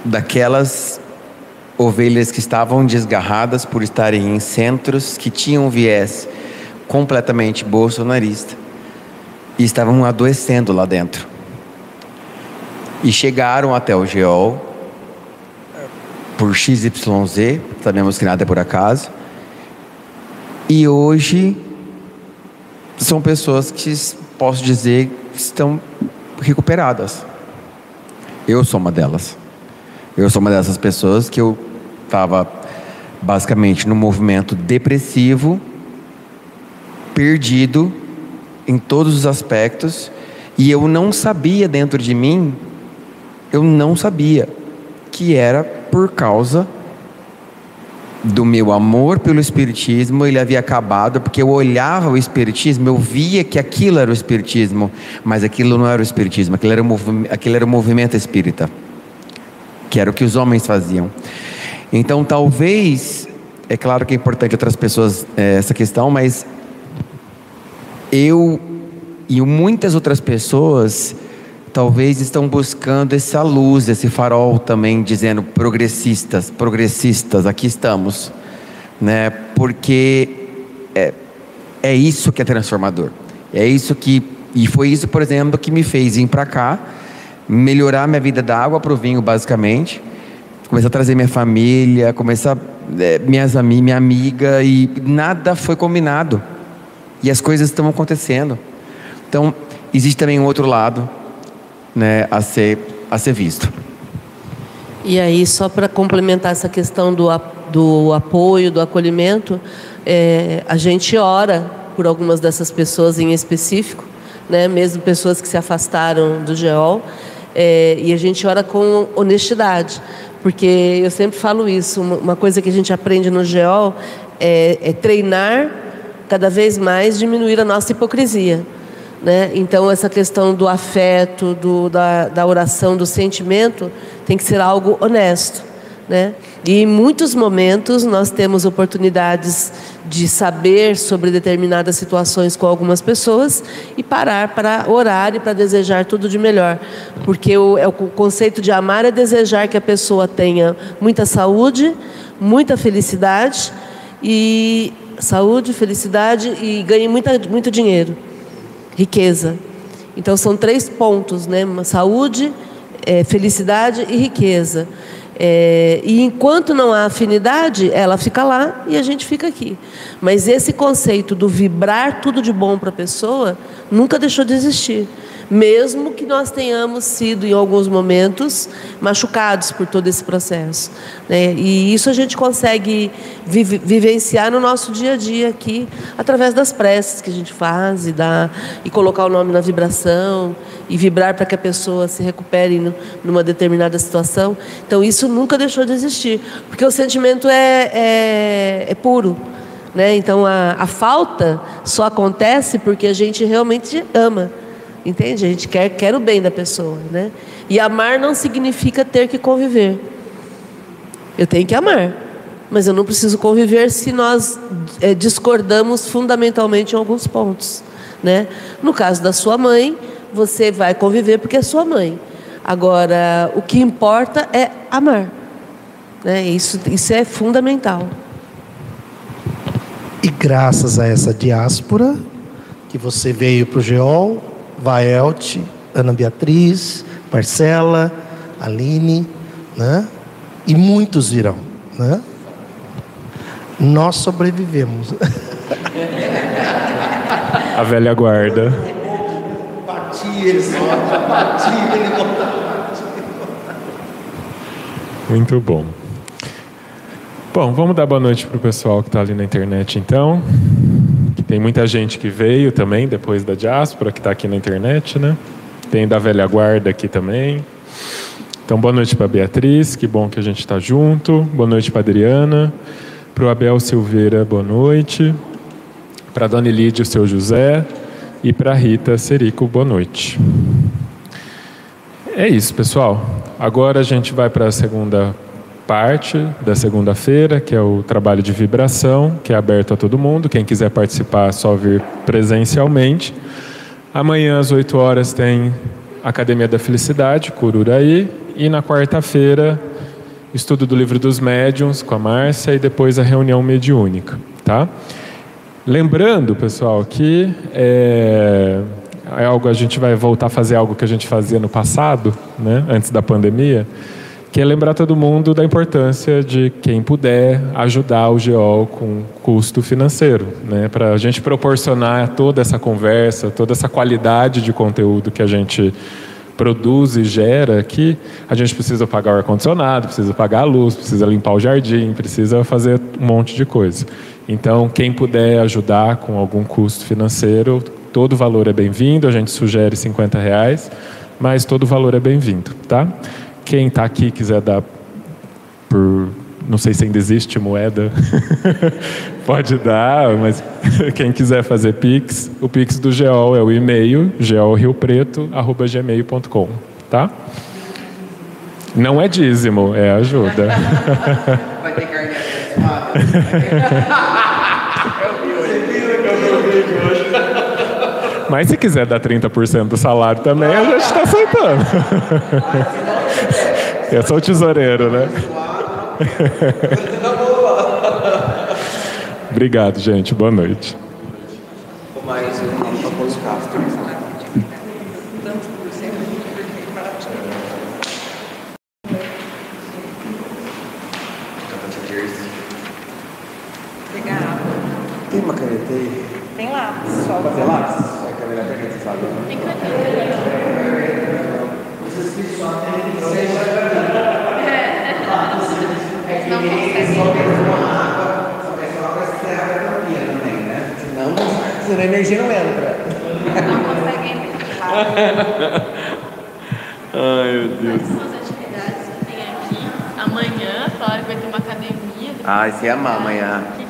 daquelas ovelhas que estavam desgarradas por estarem em centros que tinham um viés completamente bolsonarista e estavam adoecendo lá dentro. E chegaram até o GEOL por X Y Z, sabemos que nada é por acaso, e hoje são pessoas que, posso dizer, estão recuperadas. Eu sou uma delas. Eu sou uma dessas pessoas que eu estava basicamente num movimento depressivo, perdido em todos os aspectos, e eu não sabia dentro de mim, eu não sabia que era por causa do meu amor pelo Espiritismo. Ele havia acabado porque eu olhava o Espiritismo, eu via que aquilo era o Espiritismo, mas aquilo não era o Espiritismo, aquilo era o, movi- aquilo era o movimento espírita, que era o que os homens faziam. Então talvez, é claro que é importante outras pessoas é, essa questão, mas eu e muitas outras pessoas talvez estão buscando essa luz, esse farol também, dizendo progressistas, progressistas, aqui estamos, né? Porque é, é isso que é transformador, é isso que, e foi isso, por exemplo, que me fez vir para cá, melhorar minha vida da água para o vinho, basicamente, começar a trazer minha família, começar, é, minhas, minha amiga, e nada foi combinado, e as coisas estão acontecendo. Então, existe também um outro lado, né, a ser, a ser visto. E aí, só para complementar essa questão do, do apoio, do acolhimento, é, a gente ora por algumas dessas pessoas em específico, né, mesmo pessoas que se afastaram do GEOL, é, e a gente ora com honestidade, porque eu sempre falo isso, uma, uma coisa que a gente aprende no GEOL é, é treinar cada vez mais, diminuir a nossa hipocrisia. Né? Então, essa questão do afeto, do, da, da oração, do sentimento, tem que ser algo honesto. Né? E em muitos momentos nós temos oportunidades de saber sobre determinadas situações com algumas pessoas e parar para orar e para desejar tudo de melhor. Porque o, é, o conceito de amar é desejar que a pessoa tenha muita saúde, muita felicidade, e saúde, felicidade e ganhe muita, muito dinheiro. Riqueza. Então são três pontos, né? Saúde, é, felicidade e riqueza. É, e enquanto não há afinidade, ela fica lá e a gente fica aqui. Mas esse conceito do vibrar tudo de bom para a pessoa nunca deixou de existir. Mesmo que nós tenhamos sido, em alguns momentos, machucados por todo esse processo. Né? E isso a gente consegue vive, vivenciar no nosso dia a dia aqui, através das preces que a gente faz, e, dá, e colocar o nome na vibração, e vibrar para que a pessoa se recupere no, numa determinada situação. Então, isso nunca deixou de existir, porque o sentimento é, é, é puro. Né? Então, a, a falta só acontece porque a gente realmente ama. Entende? A gente quer, quer o bem da pessoa, né? E amar não significa ter que conviver. Eu tenho que amar, mas eu não preciso conviver se nós é, discordamos fundamentalmente em alguns pontos, né? No caso da sua mãe, você vai conviver porque é sua mãe. Agora, o que importa é amar, né? Isso, isso é fundamental. E graças a essa diáspora que você veio para o GEOL, Vaelt, Ana Beatriz, Marcela, Aline, né? E muitos virão, né? Nós sobrevivemos. A velha guarda. Bati eles, bati ele. Muito bom. Bom, vamos dar boa noite para o pessoal que está ali na internet, então. Tem muita gente que veio também depois da diáspora, que está aqui na internet, né? Tem da velha guarda aqui também. Então, boa noite para a Beatriz, que bom que a gente está junto. Boa noite para a Adriana. Para o Abel Silveira, boa noite. Para a Dona Elídia, o seu José. E para a Rita Serico, boa noite. É isso, pessoal. Agora a gente vai para a segunda parte da segunda-feira, que é o trabalho de vibração, que é aberto a todo mundo. Quem quiser participar, é só vir presencialmente. Amanhã, às oito horas, tem Academia da Felicidade, Cururaí. E na quarta-feira, estudo do livro dos médiuns com a Márcia e depois a reunião mediúnica, tá? Lembrando, pessoal, que é, é algo, a gente vai voltar a fazer algo que a gente fazia no passado, né, antes da pandemia, que é lembrar todo mundo da importância de quem puder ajudar o GEOL com custo financeiro, né, para a gente proporcionar toda essa conversa, toda essa qualidade de conteúdo que a gente produz e gera aqui. A gente precisa pagar o ar-condicionado, precisa pagar a luz, precisa limpar o jardim, precisa fazer um monte de coisa. Então, quem puder ajudar com algum custo financeiro, todo o valor é bem-vindo. A gente sugere cinquenta reais, mas todo o valor é bem-vindo, tá? Quem está aqui quiser dar por... Não sei se ainda existe moeda. Pode dar, mas quem quiser fazer Pix, o Pix do GEOL é o e-mail, geolriopreto arroba gmail ponto com, tá? Não é dízimo, é ajuda. Vai ter carne abençoada. Mas se quiser dar trinta por cento do salário também, a gente está aceitando. Eu sou o tesoureiro, né? Obrigado, gente. Boa noite. Mais um para pôr os carros. Tem uma caneta aí? Tem lá, só. Pode ter lápis? É a caneta pra quem sabe. Tem caneta. Os espíritos só têm seis. Não consegue. Senão a energia não entra. Não conseguem. Ai, meu Deus. Quais são as atividades que tem aqui? Amanhã, falaram que vai ter uma academia. Ah, esse é amar amanhã. Que